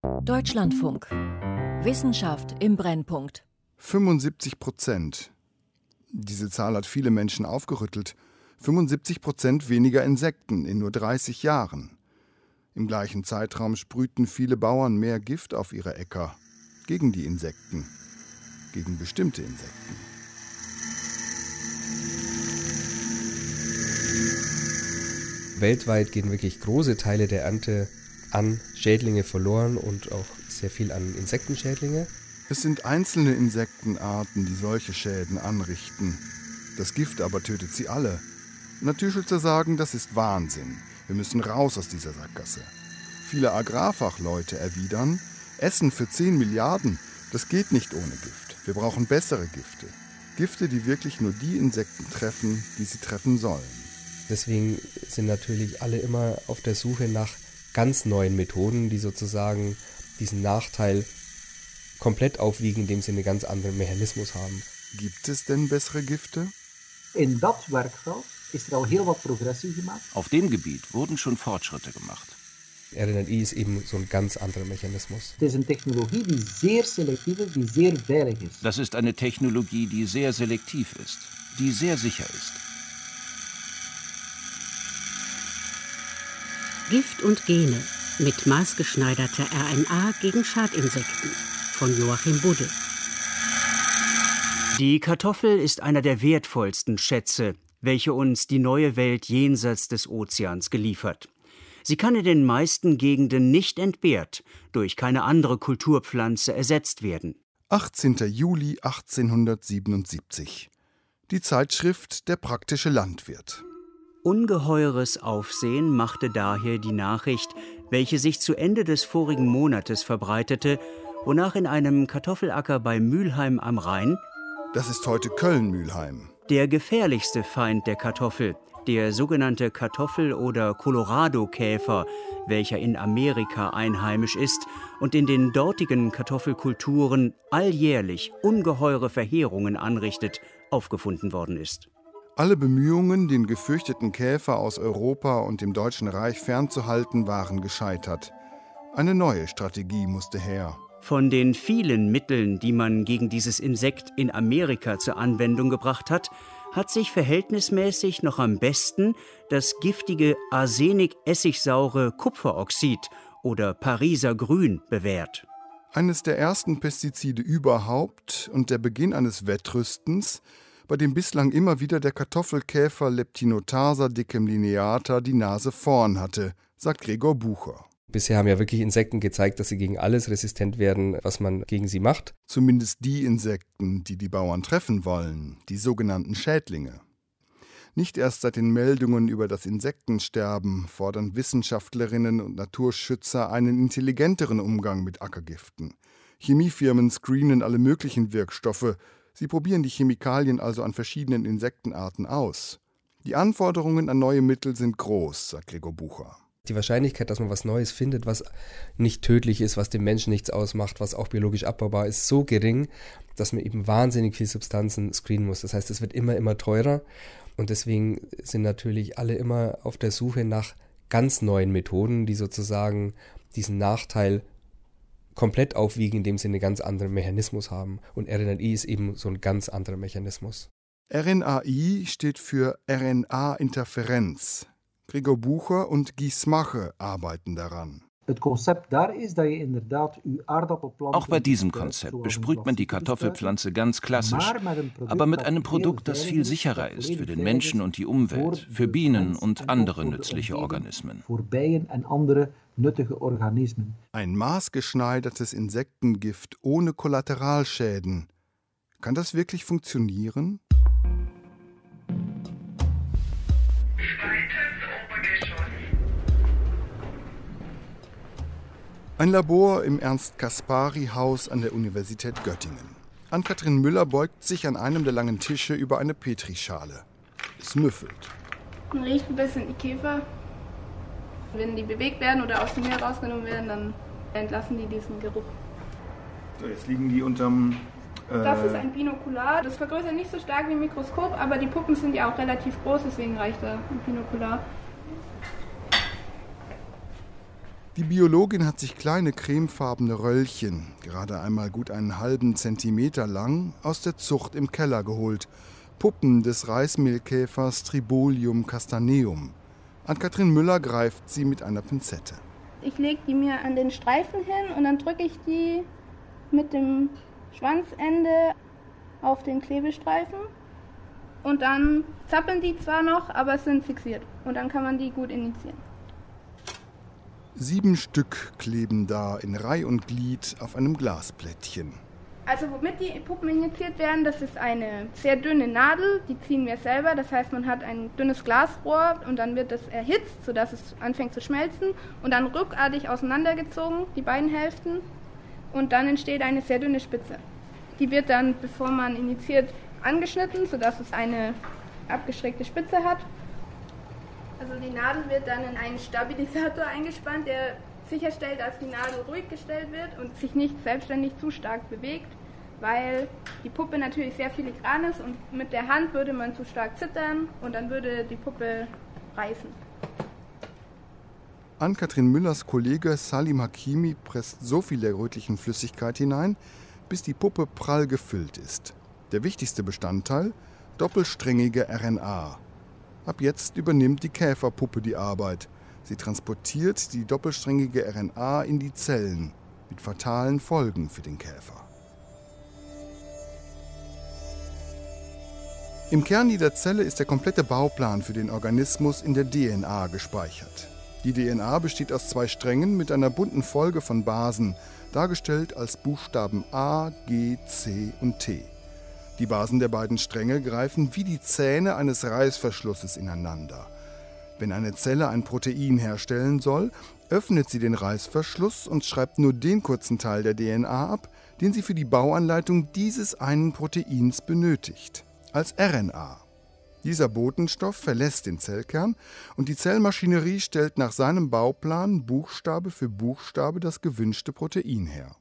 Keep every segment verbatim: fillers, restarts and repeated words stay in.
Deutschlandfunk. Wissenschaft im Brennpunkt. fünfundsiebzig Prozent. Diese Zahl hat viele Menschen aufgerüttelt. fünfundsiebzig Prozent weniger Insekten in nur dreißig Jahren. Im gleichen Zeitraum sprühten viele Bauern mehr Gift auf ihre Äcker. Gegen die Insekten. Gegen bestimmte Insekten. Weltweit gehen wirklich große Teile der Ernte an Schädlinge verloren und auch sehr viel an Insektenschädlinge. Es sind einzelne Insektenarten, die solche Schäden anrichten. Das Gift aber tötet sie alle. Naturschützer sagen, das ist Wahnsinn. Wir müssen raus aus dieser Sackgasse. Viele Agrarfachleute erwidern, Essen für zehn Milliarden, das geht nicht ohne Gift. Wir brauchen bessere Gifte. Gifte, die wirklich nur die Insekten treffen, die sie treffen sollen. Deswegen sind natürlich alle immer auf der Suche nach ganz neuen Methoden, die sozusagen diesen Nachteil komplett aufwiegen, indem sie einen ganz anderen Mechanismus haben. Gibt es denn bessere Gifte? In dat werkveld ist er al heel wat progressie gemacht. Auf dem Gebiet wurden schon Fortschritte gemacht. R N L I ist eben so ein ganz anderer Mechanismus. Het is een technologie die zeer selectief ist, die sehr veilig ist. Das ist eine Technologie, die sehr selektiv ist, die sehr sicher ist. Gift und Gene mit maßgeschneiderter R N A gegen Schadinsekten von Joachim Budde. Die Kartoffel ist einer der wertvollsten Schätze, welche uns die neue Welt jenseits des Ozeans geliefert. Sie kann in den meisten Gegenden nicht entbehrt, durch keine andere Kulturpflanze ersetzt werden. achtzehnter Juli achtzehnhundertsiebenundsiebzig. Die Zeitschrift Der praktische Landwirt. Ungeheures Aufsehen machte daher die Nachricht, welche sich zu Ende des vorigen Monates verbreitete, wonach in einem Kartoffelacker bei Mülheim am Rhein, das ist heute Köln-Mülheim, der gefährlichste Feind der Kartoffel, der sogenannte Kartoffel- oder Colorado-Käfer, welcher in Amerika einheimisch ist und in den dortigen Kartoffelkulturen alljährlich ungeheure Verheerungen anrichtet, aufgefunden worden ist. Alle Bemühungen, den gefürchteten Käfer aus Europa und dem Deutschen Reich fernzuhalten, waren gescheitert. Eine neue Strategie musste her. Von den vielen Mitteln, die man gegen dieses Insekt in Amerika zur Anwendung gebracht hat, hat sich verhältnismäßig noch am besten das giftige arsenik-essigsaure Kupferoxid oder Pariser Grün bewährt. Eines der ersten Pestizide überhaupt und der Beginn eines Wettrüstens, bei dem bislang immer wieder der Kartoffelkäfer Leptinotarsa decemlineata die Nase vorn hatte, sagt Gregor Bucher. Bisher haben ja wirklich Insekten gezeigt, dass sie gegen alles resistent werden, was man gegen sie macht. Zumindest die Insekten, die die Bauern treffen wollen, die sogenannten Schädlinge. Nicht erst seit den Meldungen über das Insektensterben fordern Wissenschaftlerinnen und Naturschützer einen intelligenteren Umgang mit Ackergiften. Chemiefirmen screenen alle möglichen Wirkstoffe. Sie probieren die Chemikalien also an verschiedenen Insektenarten aus. Die Anforderungen an neue Mittel sind groß, sagt Gregor Bucher. Die Wahrscheinlichkeit, dass man was Neues findet, was nicht tödlich ist, was dem Menschen nichts ausmacht, was auch biologisch abbaubar ist, so gering, dass man eben wahnsinnig viele Substanzen screenen muss. Das heißt, es wird immer, immer teurer und deswegen sind natürlich alle immer auf der Suche nach ganz neuen Methoden, die sozusagen diesen Nachteil komplett aufwiegen, indem sie einen ganz anderen Mechanismus haben. Und R N L I ist eben so ein ganz anderer Mechanismus. R N A I steht für R N A-Interferenz. Gregor Bucher und Guy Smache arbeiten daran. Auch bei diesem Konzept besprüht man die Kartoffelpflanze ganz klassisch, aber mit einem Produkt, das viel sicherer ist für den Menschen und die Umwelt, für Bienen und andere nützliche Organismen. Ein maßgeschneidertes Insektengift ohne Kollateralschäden. Kann das wirklich funktionieren? Ein Labor im Ernst-Kaspari-Haus an der Universität Göttingen. Ann-Kathrin Müller beugt sich an einem der langen Tische über eine Petrischale. Es müffelt. Man riecht ein bisschen die Käfer. Wenn die bewegt werden oder aus dem Meer rausgenommen werden, dann entlassen die diesen Geruch. So, jetzt liegen die unterm... Äh das ist ein Binokular. Das vergrößert nicht so stark wie ein Mikroskop, aber die Puppen sind ja auch relativ groß, deswegen reicht da ein Binokular. Die Biologin hat sich kleine cremefarbene Röllchen, gerade einmal gut einen halben Zentimeter lang, aus der Zucht im Keller geholt. Puppen des Reismehlkäfers Tribolium castaneum. Ann-Kathrin Müller greift sie mit einer Pinzette. Ich lege die mir an den Streifen hin und dann drücke ich die mit dem Schwanzende auf den Klebestreifen. Und dann zappeln die zwar noch, aber sind fixiert. Und dann kann man die gut injizieren. Sieben Stück kleben da in Reih und Glied auf einem Glasplättchen. Also womit die Puppen injiziert werden, das ist eine sehr dünne Nadel, die ziehen wir selber. Das heißt, man hat ein dünnes Glasrohr und dann wird das erhitzt, sodass es anfängt zu schmelzen und dann rückartig auseinandergezogen, die beiden Hälften. Und dann entsteht eine sehr dünne Spitze. Die wird dann, bevor man injiziert, angeschnitten, sodass es eine abgestreckte Spitze hat. Also die Nadel wird dann in einen Stabilisator eingespannt, der sicherstellt, dass die Nadel ruhig gestellt wird und sich nicht selbstständig zu stark bewegt, weil die Puppe natürlich sehr filigran ist und mit der Hand würde man zu stark zittern und dann würde die Puppe reißen. Ann-Kathrin Müllers Kollege Salim Hakimi presst so viel der rötlichen Flüssigkeit hinein, bis die Puppe prall gefüllt ist. Der wichtigste Bestandteil: doppelsträngige R N A. Ab jetzt übernimmt die Käferpuppe die Arbeit. Sie transportiert die doppelsträngige R N A in die Zellen, mit fatalen Folgen für den Käfer. Im Kern jeder Zelle ist der komplette Bauplan für den Organismus in der D N A gespeichert. Die D N A besteht aus zwei Strängen mit einer bunten Folge von Basen, dargestellt als Buchstaben A, G, C und T. Die Basen der beiden Stränge greifen wie die Zähne eines Reißverschlusses ineinander. Wenn eine Zelle ein Protein herstellen soll, öffnet sie den Reißverschluss und schreibt nur den kurzen Teil der D N A ab, den sie für die Bauanleitung dieses einen Proteins benötigt, als R N A. Dieser Botenstoff verlässt den Zellkern und die Zellmaschinerie stellt nach seinem Bauplan Buchstabe für Buchstabe das gewünschte Protein her.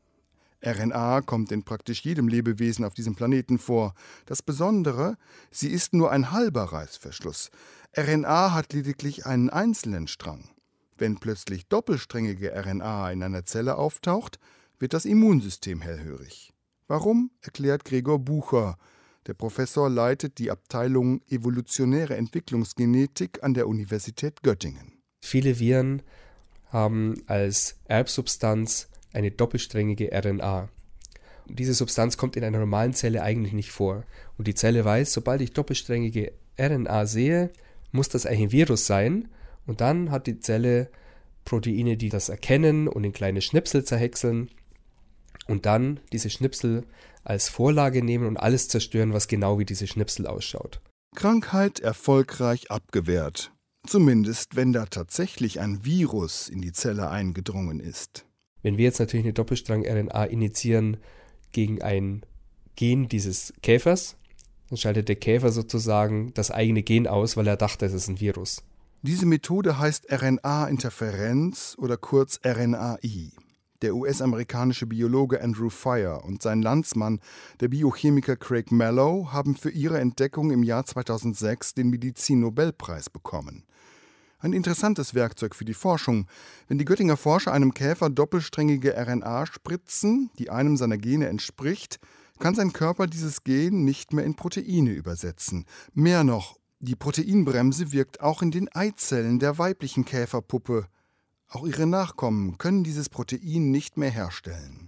R N A kommt in praktisch jedem Lebewesen auf diesem Planeten vor. Das Besondere: sie ist nur ein halber Reißverschluss. R N A hat lediglich einen einzelnen Strang. Wenn plötzlich doppelsträngige R N A in einer Zelle auftaucht, wird das Immunsystem hellhörig. Warum, erklärt Gregor Bucher. Der Professor leitet die Abteilung Evolutionäre Entwicklungsgenetik an der Universität Göttingen. Viele Viren haben als Erbsubstanz eine doppelsträngige R N A. Und diese Substanz kommt in einer normalen Zelle eigentlich nicht vor. Und die Zelle weiß, sobald ich doppelsträngige R N A sehe, muss das eigentlich ein Virus sein. Und dann hat die Zelle Proteine, die das erkennen und in kleine Schnipsel zerhäckseln. Und dann diese Schnipsel als Vorlage nehmen und alles zerstören, was genau wie diese Schnipsel ausschaut. Krankheit erfolgreich abgewehrt. Zumindest, wenn da tatsächlich ein Virus in die Zelle eingedrungen ist. Wenn wir jetzt natürlich eine Doppelstrang-R N A injizieren gegen ein Gen dieses Käfers, dann schaltet der Käfer sozusagen das eigene Gen aus, weil er dachte, es ist ein Virus. Diese Methode heißt R N A-Interferenz oder kurz R N A I. Der U S-amerikanische Biologe Andrew Fire und sein Landsmann, der Biochemiker Craig Mello, haben für ihre Entdeckung im Jahr zweitausendsechs den Medizin-Nobelpreis bekommen. Ein interessantes Werkzeug für die Forschung. Wenn die Göttinger Forscher einem Käfer doppelsträngige R N A spritzen, die einem seiner Gene entspricht, kann sein Körper dieses Gen nicht mehr in Proteine übersetzen. Mehr noch, die Proteinbremse wirkt auch in den Eizellen der weiblichen Käferpuppe. Auch ihre Nachkommen können dieses Protein nicht mehr herstellen.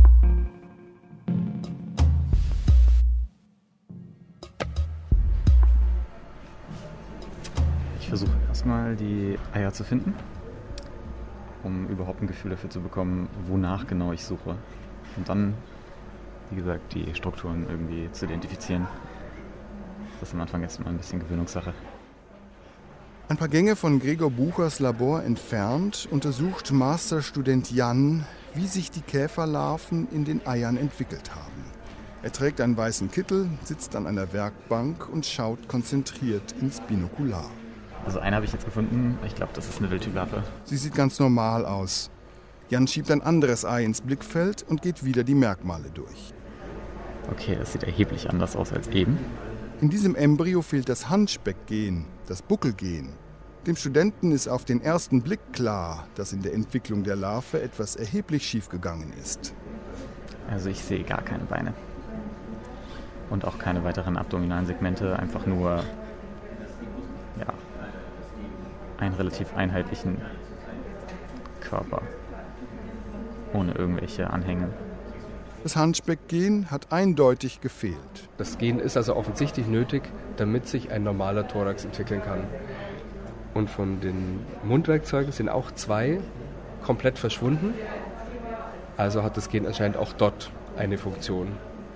Ich versuche erstmal die Eier zu finden, um überhaupt ein Gefühl dafür zu bekommen, wonach genau ich suche. Und dann, wie gesagt, die Strukturen irgendwie zu identifizieren. Das ist am Anfang erstmal ein bisschen Gewöhnungssache. Ein paar Gänge von Gregor Buchers Labor entfernt untersucht Masterstudent Jan, wie sich die Käferlarven in den Eiern entwickelt haben. Er trägt einen weißen Kittel, sitzt an einer Werkbank und schaut konzentriert ins Binokular. Also eine habe ich jetzt gefunden, ich glaube, das ist eine Wildtyplarve. Sie sieht ganz normal aus. Jan schiebt ein anderes Ei ins Blickfeld und geht wieder die Merkmale durch. Okay, das sieht erheblich anders aus als eben. In diesem Embryo fehlt das Hunchback-Gen, das Buckelgen. Dem Studenten ist auf den ersten Blick klar, dass in der Entwicklung der Larve etwas erheblich schiefgegangen ist. Also ich sehe gar keine Beine. Und auch keine weiteren abdominalen Segmente, einfach nur ja, einen relativ einheitlichen Körper. Ohne irgendwelche Anhänge. Das Hunchback-Gen hat eindeutig gefehlt. Das Gen ist also offensichtlich nötig, damit sich ein normaler Thorax entwickeln kann. Und von den Mundwerkzeugen sind auch zwei komplett verschwunden. Also hat das Gen anscheinend auch dort eine Funktion.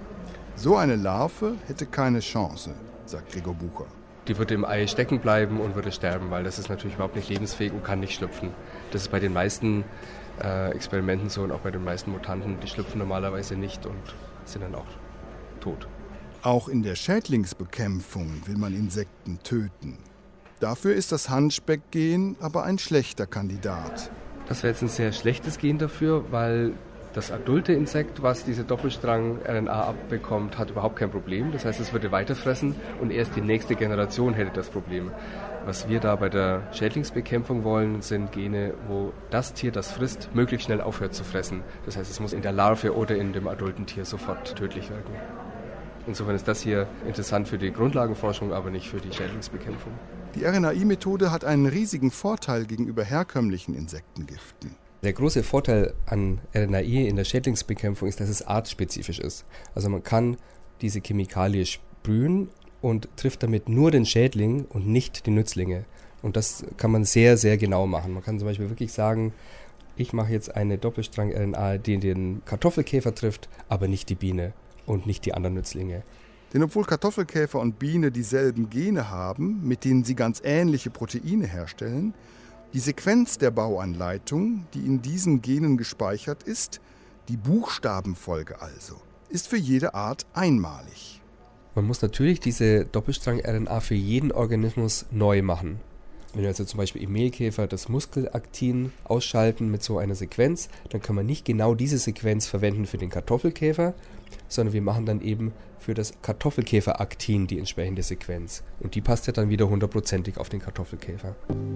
So eine Larve hätte keine Chance, sagt Gregor Bucher. Die würde im Ei stecken bleiben und würde sterben, weil das ist natürlich überhaupt nicht lebensfähig und kann nicht schlüpfen. Das ist bei den meisten äh, Experimenten so und auch bei den meisten Mutanten. Die schlüpfen normalerweise nicht und sind dann auch tot. Auch in der Schädlingsbekämpfung will man Insekten töten. Dafür ist das Hunchback-Gen aber ein schlechter Kandidat. Das wäre jetzt ein sehr schlechtes Gen dafür, weil das adulte Insekt, was diese Doppelstrang-R N A abbekommt, hat überhaupt kein Problem. Das heißt, es würde weiterfressen und erst die nächste Generation hätte das Problem. Was wir da bei der Schädlingsbekämpfung wollen, sind Gene, wo das Tier, das frisst, möglichst schnell aufhört zu fressen. Das heißt, es muss in der Larve oder in dem adulten Tier sofort tödlich wirken. Insofern ist das hier interessant für die Grundlagenforschung, aber nicht für die Schädlingsbekämpfung. Die R N A I-Methode hat einen riesigen Vorteil gegenüber herkömmlichen Insektengiften. Der große Vorteil an R N A I in der Schädlingsbekämpfung ist, dass es artspezifisch ist. Also man kann diese Chemikalie sprühen und trifft damit nur den Schädling und nicht die Nützlinge. Und das kann man sehr, sehr genau machen. Man kann zum Beispiel wirklich sagen, ich mache jetzt eine Doppelstrang-R N A, die den Kartoffelkäfer trifft, aber nicht die Biene und nicht die anderen Nützlinge. Denn obwohl Kartoffelkäfer und Biene dieselben Gene haben, mit denen sie ganz ähnliche Proteine herstellen, die Sequenz der Bauanleitung, die in diesen Genen gespeichert ist, die Buchstabenfolge also, ist für jede Art einmalig. Man muss natürlich diese Doppelstrang-R N A für jeden Organismus neu machen. Wenn wir also zum Beispiel im Mehlkäfer das Muskelaktin ausschalten mit so einer Sequenz, dann kann man nicht genau diese Sequenz verwenden für den Kartoffelkäfer, sondern wir machen dann eben für das Kartoffelkäferaktin die entsprechende Sequenz. Und die passt ja dann wieder hundertprozentig auf den Kartoffelkäfer.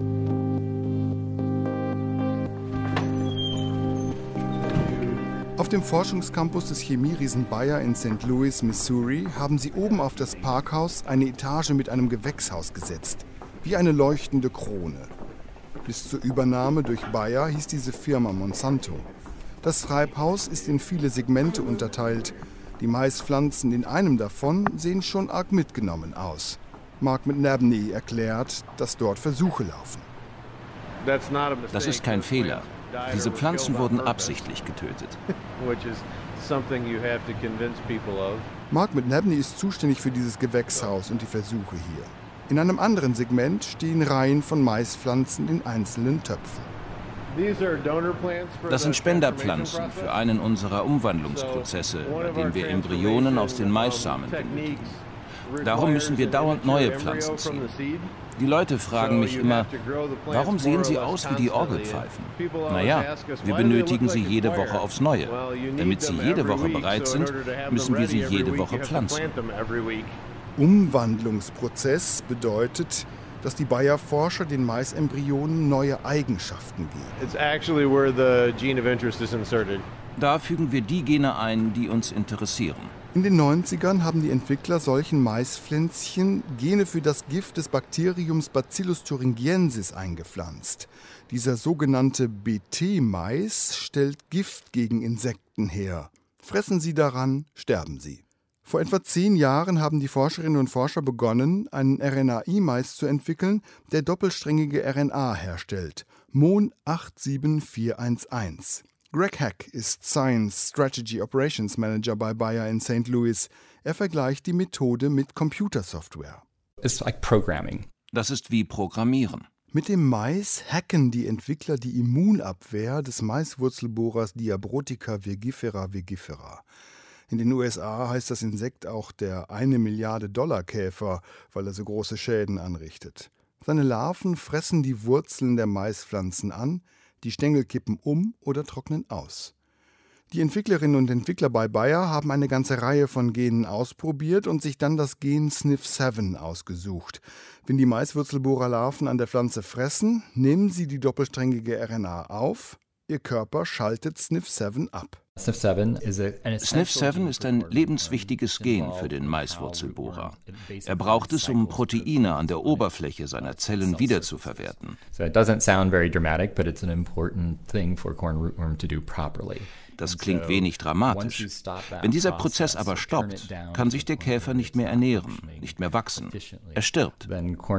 Auf dem Forschungscampus des Chemieriesen Bayer in Sankt Louis, Missouri, haben sie oben auf das Parkhaus eine Etage mit einem Gewächshaus gesetzt, wie eine leuchtende Krone. Bis zur Übernahme durch Bayer hieß diese Firma Monsanto. Das Treibhaus ist in viele Segmente unterteilt. Die Maispflanzen in einem davon sehen schon arg mitgenommen aus. Mark McNabney erklärt, dass dort Versuche laufen. Das ist kein Fehler. Diese Pflanzen wurden absichtlich getötet. Mark McNabney ist zuständig für dieses Gewächshaus und die Versuche hier. In einem anderen Segment stehen Reihen von Maispflanzen in einzelnen Töpfen. Das sind Spenderpflanzen für einen unserer Umwandlungsprozesse, bei dem wir Embryonen aus den Maissamen benötigen. Darum müssen wir dauernd neue Pflanzen ziehen. Die Leute fragen mich immer, warum sehen sie aus wie die Orgelpfeifen? Naja, wir benötigen sie jede Woche aufs Neue. Damit sie jede Woche bereit sind, müssen wir sie jede Woche pflanzen. Umwandlungsprozess bedeutet, dass die Bayer-Forscher den Maisembryonen neue Eigenschaften geben. Da fügen wir die Gene ein, die uns interessieren. In den neunzigern haben die Entwickler solchen Maispflänzchen Gene für das Gift des Bakteriums Bacillus thuringiensis eingepflanzt. Dieser sogenannte B T-Mais stellt Gift gegen Insekten her. Fressen sie daran, sterben sie. Vor etwa zehn Jahren haben die Forscherinnen und Forscher begonnen, einen R N A I-Mais zu entwickeln, der doppelsträngige R N A herstellt. Mon acht sieben vier eins eins. Greg Hack ist Science Strategy Operations Manager bei Bayer in Sankt Louis. Er vergleicht die Methode mit Computersoftware. It's like programming. Das ist wie Programmieren. Mit dem Mais hacken die Entwickler die Immunabwehr des Maiswurzelbohrers Diabrotica virgifera virgifera. In den U S A heißt das Insekt auch der eine Milliarde Dollar Käfer, weil er so große Schäden anrichtet. Seine Larven fressen die Wurzeln der Maispflanzen an, die Stängel kippen um oder trocknen aus. Die Entwicklerinnen und Entwickler bei Bayer haben eine ganze Reihe von Genen ausprobiert und sich dann das Gen S N F sieben ausgesucht. Wenn die Maiswurzelbohrerlarven an der Pflanze fressen, nehmen sie die doppelsträngige R N A auf, ihr Körper schaltet S N F sieben ab. S N F sieben ist ein lebenswichtiges Gen für den Maiswurzelbohrer. Er braucht es, um Proteine an der Oberfläche seiner Zellen wiederzuverwerten. Das klingt wenig dramatisch. Wenn dieser Prozess aber stoppt, kann sich der Käfer nicht mehr ernähren, nicht mehr wachsen. Er stirbt.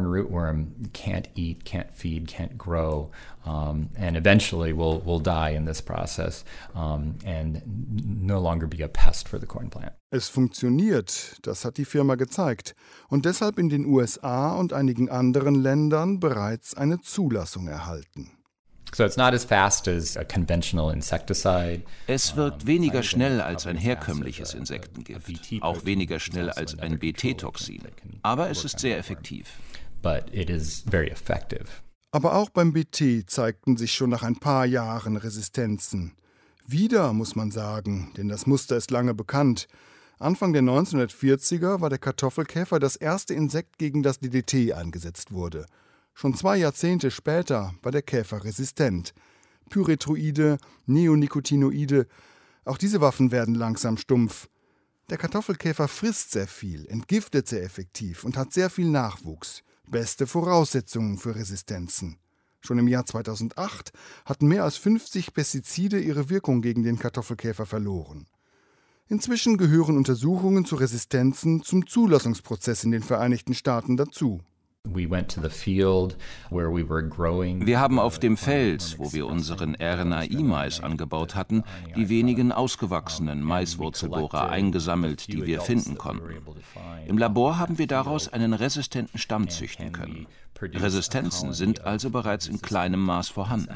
Um, and eventually will will die in this process um, and no longer be a pest for the corn plant. Es funktioniert, das hat die Firma gezeigt und deshalb in den U S A und einigen anderen Ländern bereits eine Zulassung erhalten. So it's not as fast as a conventional insecticide. Es wirkt weniger schnell als ein herkömmliches Insektengift, auch weniger schnell als ein B T-Toxin. Aber es ist sehr effektiv. But it is very effective. Aber auch beim B T zeigten sich schon nach ein paar Jahren Resistenzen. Wieder, muss man sagen, denn das Muster ist lange bekannt. Anfang der neunzehnhundertvierziger war der Kartoffelkäfer das erste Insekt, gegen das D D T eingesetzt wurde. Schon zwei Jahrzehnte später war der Käfer resistent. Pyrethroide, Neonicotinoide, auch diese Waffen werden langsam stumpf. Der Kartoffelkäfer frisst sehr viel, entgiftet sehr effektiv und hat sehr viel Nachwuchs. Beste Voraussetzungen für Resistenzen. Schon im Jahr zweitausendacht hatten mehr als fünfzig Pestizide ihre Wirkung gegen den Kartoffelkäfer verloren. Inzwischen gehören Untersuchungen zu Resistenzen zum Zulassungsprozess in den Vereinigten Staaten dazu. Wir haben auf dem Feld, wo wir unseren R N A I-Mais angebaut hatten, die wenigen ausgewachsenen Maiswurzelbohrer eingesammelt, die wir finden konnten. Im Labor haben wir daraus einen resistenten Stamm züchten können. Resistenzen sind also bereits in kleinem Maß vorhanden.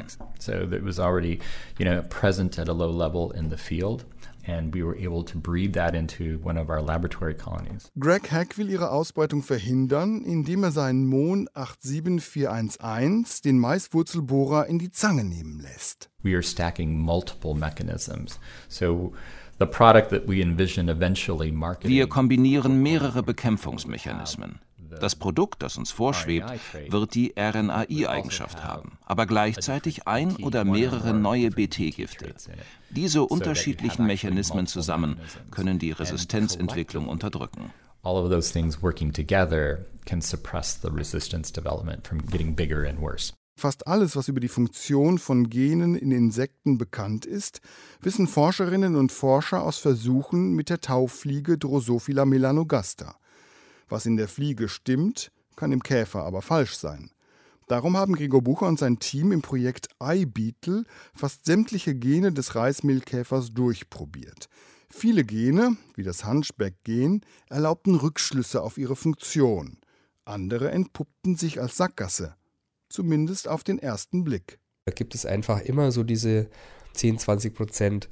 And we were able to breed that into one of our laboratory colonies. Greg Hack will ihre Ausbreitung verhindern, indem er seinen Mon acht sieben vier eins eins, den Maiswurzelbohrer, in die Zange nehmen lässt. We are stacking multiple mechanisms. So the product that we envision eventually marketing. Wir kombinieren mehrere Bekämpfungsmechanismen. Das Produkt, das uns vorschwebt, wird die R N A I-Eigenschaft haben, aber gleichzeitig ein oder mehrere neue B T-Gifte. Diese unterschiedlichen Mechanismen zusammen können die Resistenzentwicklung unterdrücken. All of those things working together can suppress the resistance development from getting bigger and worse. Fast alles, was über die Funktion von Genen in Insekten bekannt ist, wissen Forscherinnen und Forscher aus Versuchen mit der Taufliege Drosophila melanogaster. Was in der Fliege stimmt, kann im Käfer aber falsch sein. Darum haben Gregor Bucher und sein Team im Projekt iBeetle fast sämtliche Gene des Reismehlkäfers durchprobiert. Viele Gene, wie das Hunchback-Gen, erlaubten Rückschlüsse auf ihre Funktion. Andere entpuppten sich als Sackgasse, zumindest auf den ersten Blick. Da gibt es einfach immer so diese zehn, zwanzig Prozent,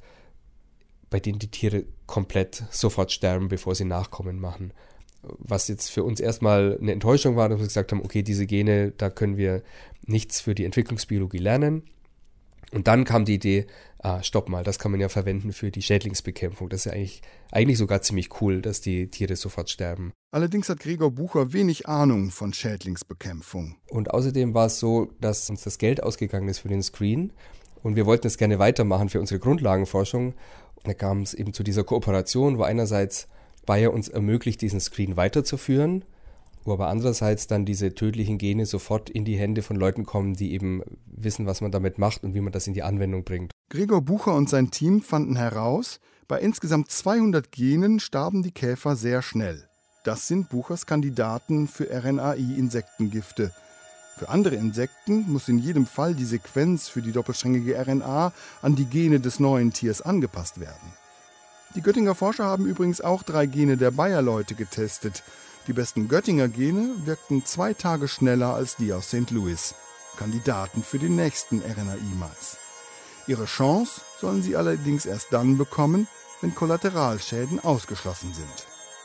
bei denen die Tiere komplett sofort sterben, bevor sie Nachkommen machen. Was jetzt für uns erstmal eine Enttäuschung war, dass wir gesagt haben, okay, diese Gene, da können wir nichts für die Entwicklungsbiologie lernen. Und dann kam die Idee, ah, stopp mal, das kann man ja verwenden für die Schädlingsbekämpfung. Das ist ja eigentlich, eigentlich sogar ziemlich cool, dass die Tiere sofort sterben. Allerdings hat Gregor Bucher wenig Ahnung von Schädlingsbekämpfung. Und außerdem war es so, dass uns das Geld ausgegangen ist für den Screen und wir wollten es gerne weitermachen für unsere Grundlagenforschung. Und da kam es eben zu dieser Kooperation, wo einerseits Bayer uns ermöglicht, diesen Screen weiterzuführen, wo aber andererseits dann diese tödlichen Gene sofort in die Hände von Leuten kommen, die eben wissen, was man damit macht und wie man das in die Anwendung bringt. Gregor Bucher und sein Team fanden heraus, bei insgesamt zweihundert Genen starben die Käfer sehr schnell. Das sind Buchers Kandidaten für R N A I-Insektengifte. Für andere Insekten muss in jedem Fall die Sequenz für die doppelsträngige R N A an die Gene des neuen Tiers angepasst werden. Die Göttinger Forscher haben übrigens auch drei Gene der Bayer-Leute getestet. Die besten Göttinger Gene wirkten zwei Tage schneller als die aus Sankt Louis. Kandidaten für den nächsten R N A I-Mais. Ihre Chance sollen sie allerdings erst dann bekommen, wenn Kollateralschäden ausgeschlossen sind.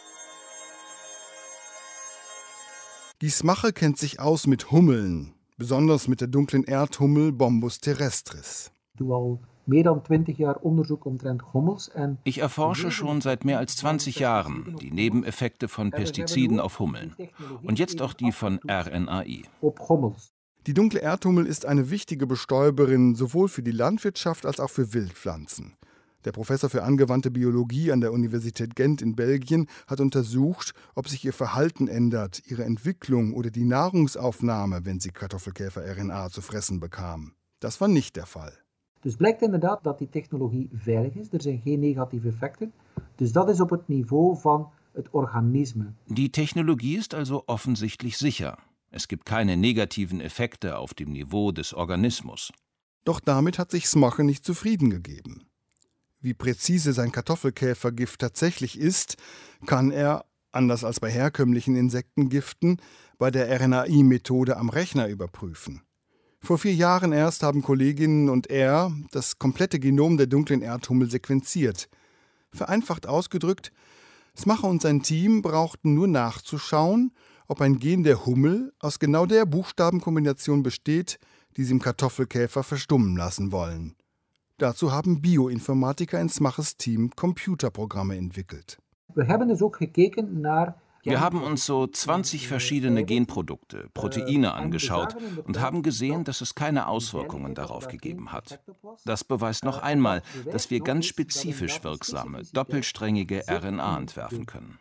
Giesmache kennt sich aus mit Hummeln, besonders mit der dunklen Erdhummel Bombus terrestris. Ich erforsche schon seit mehr als zwanzig Jahren die Nebeneffekte von Pestiziden auf Hummeln und jetzt auch die von R N A I. Die dunkle Erdhummel ist eine wichtige Bestäuberin sowohl für die Landwirtschaft als auch für Wildpflanzen. Der Professor für angewandte Biologie an der Universität Gent in Belgien hat untersucht, ob sich ihr Verhalten ändert, ihre Entwicklung oder die Nahrungsaufnahme, wenn sie Kartoffelkäfer-R N A zu fressen bekam. Das war nicht der Fall. Dus blijkt inderdaad dat die technologie veilig is. Er zijn geen negatieve effecten. Dus dat is op het niveau van het organisme. Die Technologie ist also offensichtlich sicher. Es gibt keine negativen Effekte auf dem Niveau des Organismus. Doch damit hat sich Smache nicht zufrieden gegeben. Wie präzise sein Kartoffelkäfergift tatsächlich ist, kann er, anders als bei herkömmlichen Insektengiften, bei der R N A I-Methode am Rechner überprüfen. Vor vier Jahren erst haben Kolleginnen und er das komplette Genom der dunklen Erdhummel sequenziert. Vereinfacht ausgedrückt, Smache und sein Team brauchten nur nachzuschauen, ob ein Gen der Hummel aus genau der Buchstabenkombination besteht, die sie im Kartoffelkäfer verstummen lassen wollen. Dazu haben Bioinformatiker in Smaches Team Computerprogramme entwickelt. Wir haben dus ook gekeken naar Wir haben uns so zwanzig verschiedene Genprodukte, Proteine angeschaut und haben gesehen, dass es keine Auswirkungen darauf gegeben hat. Das beweist noch einmal, dass wir ganz spezifisch wirksame, doppelsträngige R N A entwerfen können.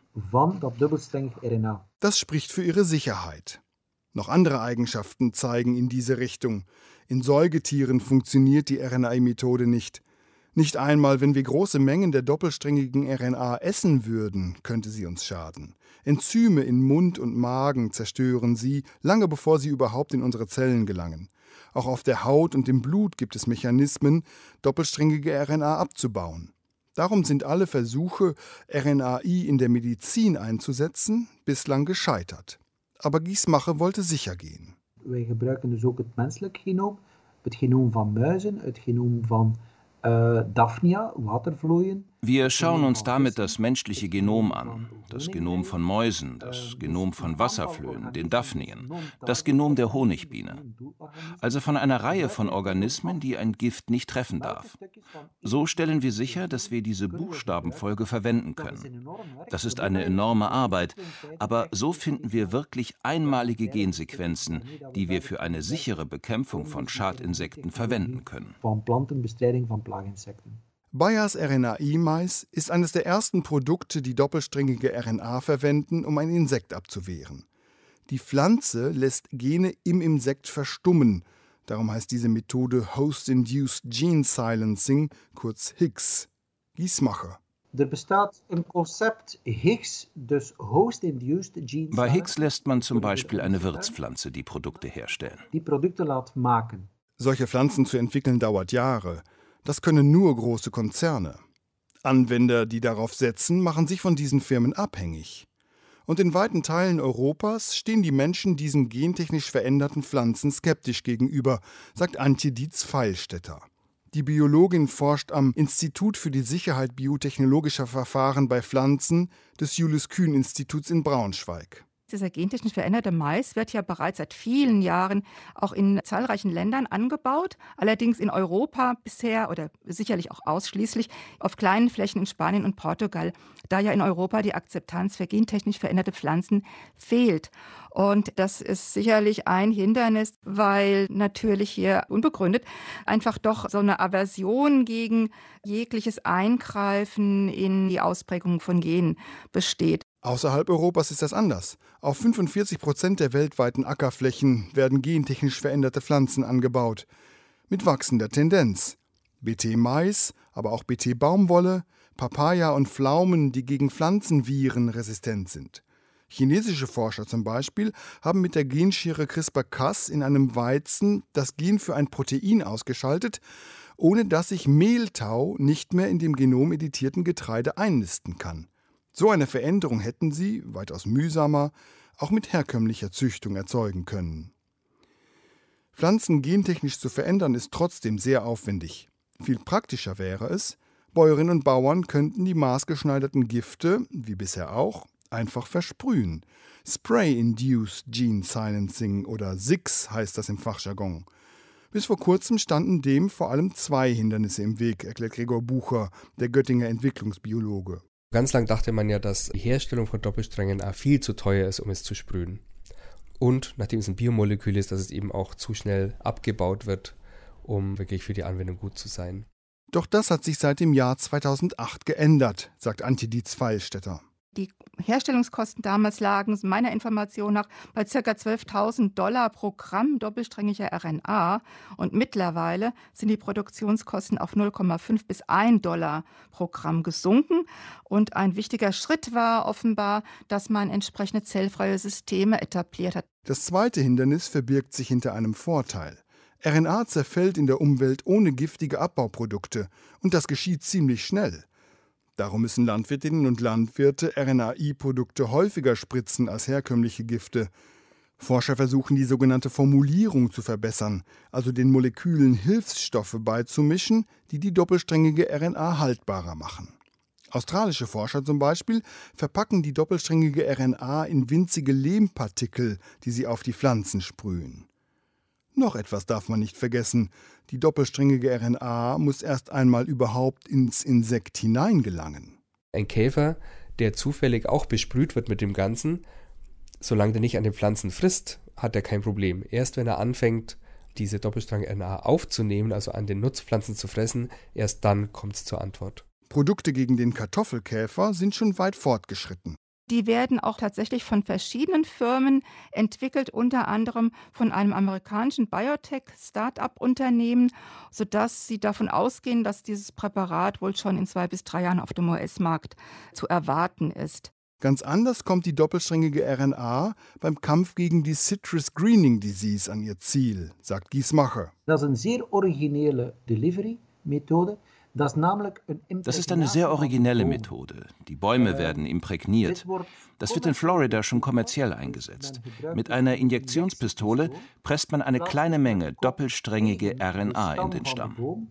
Das spricht für ihre Sicherheit. Noch andere Eigenschaften zeigen in diese Richtung. In Säugetieren funktioniert die R N A I-Methode nicht. Nicht einmal, wenn wir große Mengen der doppelsträngigen R N A essen würden, könnte sie uns schaden. Enzyme in Mund und Magen zerstören sie, lange bevor sie überhaupt in unsere Zellen gelangen. Auch auf der Haut und im Blut gibt es Mechanismen, doppelsträngige R N A abzubauen. Darum sind alle Versuche, R N A I in der Medizin einzusetzen, bislang gescheitert. Aber Guy Smache wollte sicher gehen. Wij gebruiken dus ook het menselijk genoom, het genoom van muizen, het genoom van äh, Daphnia, Watervlooien. Wir schauen uns damit das menschliche Genom an, das Genom von Mäusen, das Genom von Wasserflöhen, den Daphnien, das Genom der Honigbiene. Also von einer Reihe von Organismen, die ein Gift nicht treffen darf. So stellen wir sicher, dass wir diese Buchstabenfolge verwenden können. Das ist eine enorme Arbeit, aber so finden wir wirklich einmalige Gensequenzen, die wir für eine sichere Bekämpfung von Schadinsekten verwenden können. Bayers R N A I-Mais ist eines der ersten Produkte, die doppelsträngige R N A verwenden, um ein Insekt abzuwehren. Die Pflanze lässt Gene im Insekt verstummen. Darum heißt diese Methode Host-Induced Gene Silencing, kurz Higgs. Guy Smache. Er bestaat een concept Higgs, dus Host-Induced Gene Silencing. Bei Higgs lässt man zum Beispiel eine Wirtspflanze die Produkte herstellen. Die Produkte laat maken. Solche Pflanzen zu entwickeln dauert Jahre. Das können nur große Konzerne. Anwender, die darauf setzen, machen sich von diesen Firmen abhängig. Und in weiten Teilen Europas stehen die Menschen diesen gentechnisch veränderten Pflanzen skeptisch gegenüber, sagt Antje Dietz-Feilstetter. Die Biologin forscht am Institut für die Sicherheit biotechnologischer Verfahren bei Pflanzen des Julius-Kühn-Instituts in Braunschweig. Dieser gentechnisch veränderte Mais wird ja bereits seit vielen Jahren auch in zahlreichen Ländern angebaut, allerdings in Europa bisher oder sicherlich auch ausschließlich auf kleinen Flächen in Spanien und Portugal, da ja in Europa die Akzeptanz für gentechnisch veränderte Pflanzen fehlt. Und das ist sicherlich ein Hindernis, weil natürlich hier unbegründet einfach doch so eine Aversion gegen jegliches Eingreifen in die Ausprägung von Genen besteht. Außerhalb Europas ist das anders. Auf fünfundvierzig Prozent der weltweiten Ackerflächen werden gentechnisch veränderte Pflanzen angebaut. Mit wachsender Tendenz. B T-Mais, aber auch B T-Baumwolle, Papaya und Pflaumen, die gegen Pflanzenviren resistent sind. Chinesische Forscher zum Beispiel haben mit der Genschere CRISPR-Cas in einem Weizen das Gen für ein Protein ausgeschaltet, ohne dass sich Mehltau nicht mehr in dem genomeditierten Getreide einnisten kann. So eine Veränderung hätten sie, weitaus mühsamer, auch mit herkömmlicher Züchtung erzeugen können. Pflanzen gentechnisch zu verändern ist trotzdem sehr aufwendig. Viel praktischer wäre es, Bäuerinnen und Bauern könnten die maßgeschneiderten Gifte, wie bisher auch, einfach versprühen. Spray-Induced Gene Silencing oder S I G S heißt das im Fachjargon. Bis vor kurzem standen dem vor allem zwei Hindernisse im Weg, erklärt Gregor Bucher, der Göttinger Entwicklungsbiologe. Ganz lang dachte man ja, dass die Herstellung von Doppelstrang-R N A viel zu teuer ist, um es zu sprühen. Und nachdem es ein Biomolekül ist, dass es eben auch zu schnell abgebaut wird, um wirklich für die Anwendung gut zu sein. Doch das hat sich seit dem Jahr zweitausendacht geändert, sagt Antje Dietz-Pfeilstätter. Die Herstellungskosten damals lagen meiner Information nach bei ca. zwölftausend Dollar pro Gramm doppelsträngiger R N A. Und mittlerweile sind die Produktionskosten auf null Komma fünf bis ein Dollar pro Gramm gesunken. Und ein wichtiger Schritt war offenbar, dass man entsprechende zellfreie Systeme etabliert hat. Das zweite Hindernis verbirgt sich hinter einem Vorteil. R N A zerfällt in der Umwelt ohne giftige Abbauprodukte. Und das geschieht ziemlich schnell. Darum müssen Landwirtinnen und Landwirte R N A I-Produkte häufiger spritzen als herkömmliche Gifte. Forscher versuchen, die sogenannte Formulierung zu verbessern, also den Molekülen Hilfsstoffe beizumischen, die die doppelsträngige R N A haltbarer machen. Australische Forscher zum Beispiel verpacken die doppelsträngige R N A in winzige Lehmpartikel, die sie auf die Pflanzen sprühen. Noch etwas darf man nicht vergessen. Die doppelsträngige R N A muss erst einmal überhaupt ins Insekt hineingelangen. Ein Käfer, der zufällig auch besprüht wird mit dem Ganzen, solange der nicht an den Pflanzen frisst, hat er kein Problem. Erst wenn er anfängt, diese doppelsträngige R N A aufzunehmen, also an den Nutzpflanzen zu fressen, erst dann kommt es zur Antwort. Produkte gegen den Kartoffelkäfer sind schon weit fortgeschritten. Die werden auch tatsächlich von verschiedenen Firmen entwickelt, unter anderem von einem amerikanischen Biotech-Start-up-Unternehmen, sodass sie davon ausgehen, dass dieses Präparat wohl schon in zwei bis drei Jahren auf dem U S-Markt zu erwarten ist. Ganz anders kommt die doppelsträngige R N A beim Kampf gegen die Citrus Greening Disease an ihr Ziel, sagt Gies Macher. Das ist eine sehr originelle Delivery-Methode. Das ist eine sehr originelle Methode. Die Bäume werden imprägniert. Das wird in Florida schon kommerziell eingesetzt. Mit einer Injektionspistole presst man eine kleine Menge doppelsträngige R N A in den Stamm.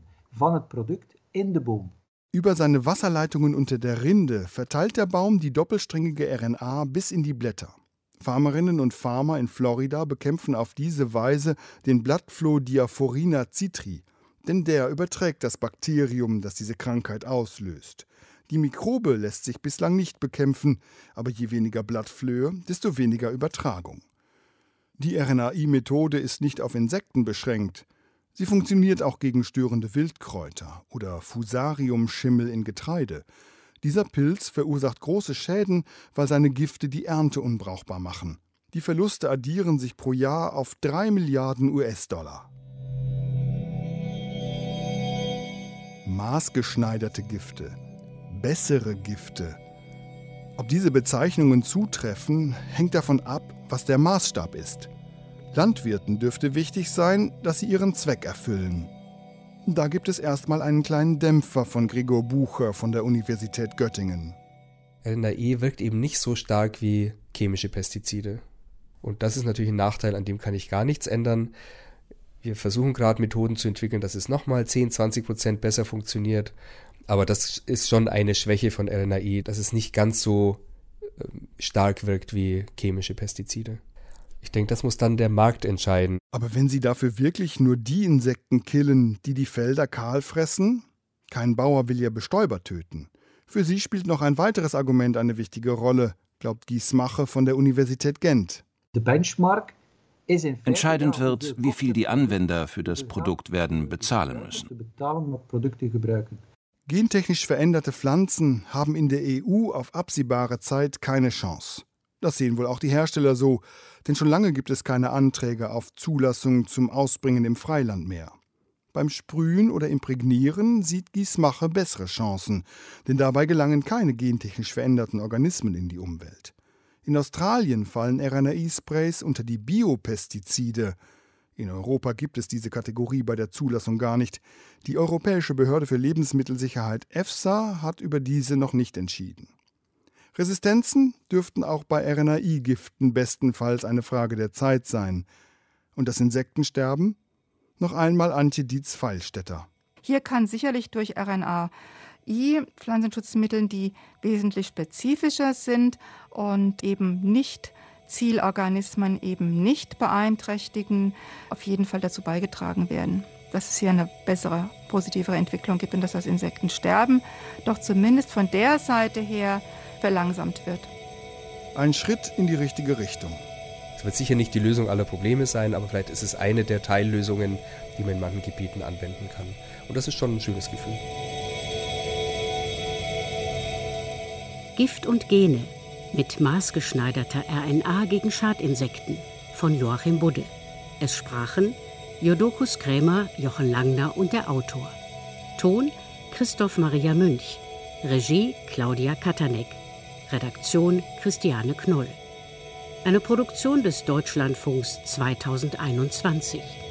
Über seine Wasserleitungen unter der Rinde verteilt der Baum die doppelsträngige R N A bis in die Blätter. Farmerinnen und Farmer in Florida bekämpfen auf diese Weise den Blattfloh Diaphorina citri. Denn der überträgt das Bakterium, das diese Krankheit auslöst. Die Mikrobe lässt sich bislang nicht bekämpfen, aber je weniger Blattflöhe, desto weniger Übertragung. Die R N A I-Methode ist nicht auf Insekten beschränkt. Sie funktioniert auch gegen störende Wildkräuter oder Fusariumschimmel in Getreide. Dieser Pilz verursacht große Schäden, weil seine Gifte die Ernte unbrauchbar machen. Die Verluste addieren sich pro Jahr auf drei Milliarden U S-Dollar. Maßgeschneiderte Gifte, bessere Gifte. Ob diese Bezeichnungen zutreffen, hängt davon ab, was der Maßstab ist. Landwirten dürfte wichtig sein, dass sie ihren Zweck erfüllen. Da gibt es erstmal einen kleinen Dämpfer von Gregor Bucher von der Universität Göttingen. R N A E wirkt eben nicht so stark wie chemische Pestizide. Und das ist natürlich ein Nachteil, an dem kann ich gar nichts ändern. Wir versuchen gerade Methoden zu entwickeln, dass es nochmal zehn, zwanzig Prozent besser funktioniert. Aber das ist schon eine Schwäche von R N A E, dass es nicht ganz so stark wirkt wie chemische Pestizide. Ich denke, das muss dann der Markt entscheiden. Aber wenn Sie dafür wirklich nur die Insekten killen, die die Felder kahl fressen? Kein Bauer will ja Bestäuber töten. Für Sie spielt noch ein weiteres Argument eine wichtige Rolle, glaubt Gies Macher von der Universität Gent. Der Benchmark Entscheidend wird, wie viel die Anwender für das Produkt werden bezahlen müssen. Gentechnisch veränderte Pflanzen haben in der E U auf absehbare Zeit keine Chance. Das sehen wohl auch die Hersteller so, denn schon lange gibt es keine Anträge auf Zulassung zum Ausbringen im Freiland mehr. Beim Sprühen oder Imprägnieren sieht Gies Macher bessere Chancen, denn dabei gelangen keine gentechnisch veränderten Organismen in die Umwelt. In Australien fallen R N A I-Sprays unter die Biopestizide. In Europa gibt es diese Kategorie bei der Zulassung gar nicht. Die Europäische Behörde für Lebensmittelsicherheit EFSA hat über diese noch nicht entschieden. Resistenzen dürften auch bei R N A I-Giften bestenfalls eine Frage der Zeit sein. Und das Insektensterben? Noch einmal Antje Dietz-Pfeilstätter. Hier kann sicherlich durch R N A I-Pflanzenschutzmitteln, die wesentlich spezifischer sind und eben nicht Zielorganismen eben nicht beeinträchtigen, auf jeden Fall dazu beigetragen werden, dass es hier eine bessere, positivere Entwicklung gibt und dass das Insektensterben doch zumindest von der Seite her verlangsamt wird. Ein Schritt in die richtige Richtung. Es wird sicher nicht die Lösung aller Probleme sein, aber vielleicht ist es eine der Teillösungen, die man in manchen Gebieten anwenden kann. Und das ist schon ein schönes Gefühl. Gift und Gene mit maßgeschneiderter R N A gegen Schadinsekten von Joachim Budde. Es sprachen Jodokus Krämer, Jochen Langner und der Autor. Ton Christoph Maria Münch. Regie Claudia Katanek. Redaktion Christiane Knoll. Eine Produktion des Deutschlandfunks zweitausendeinundzwanzig.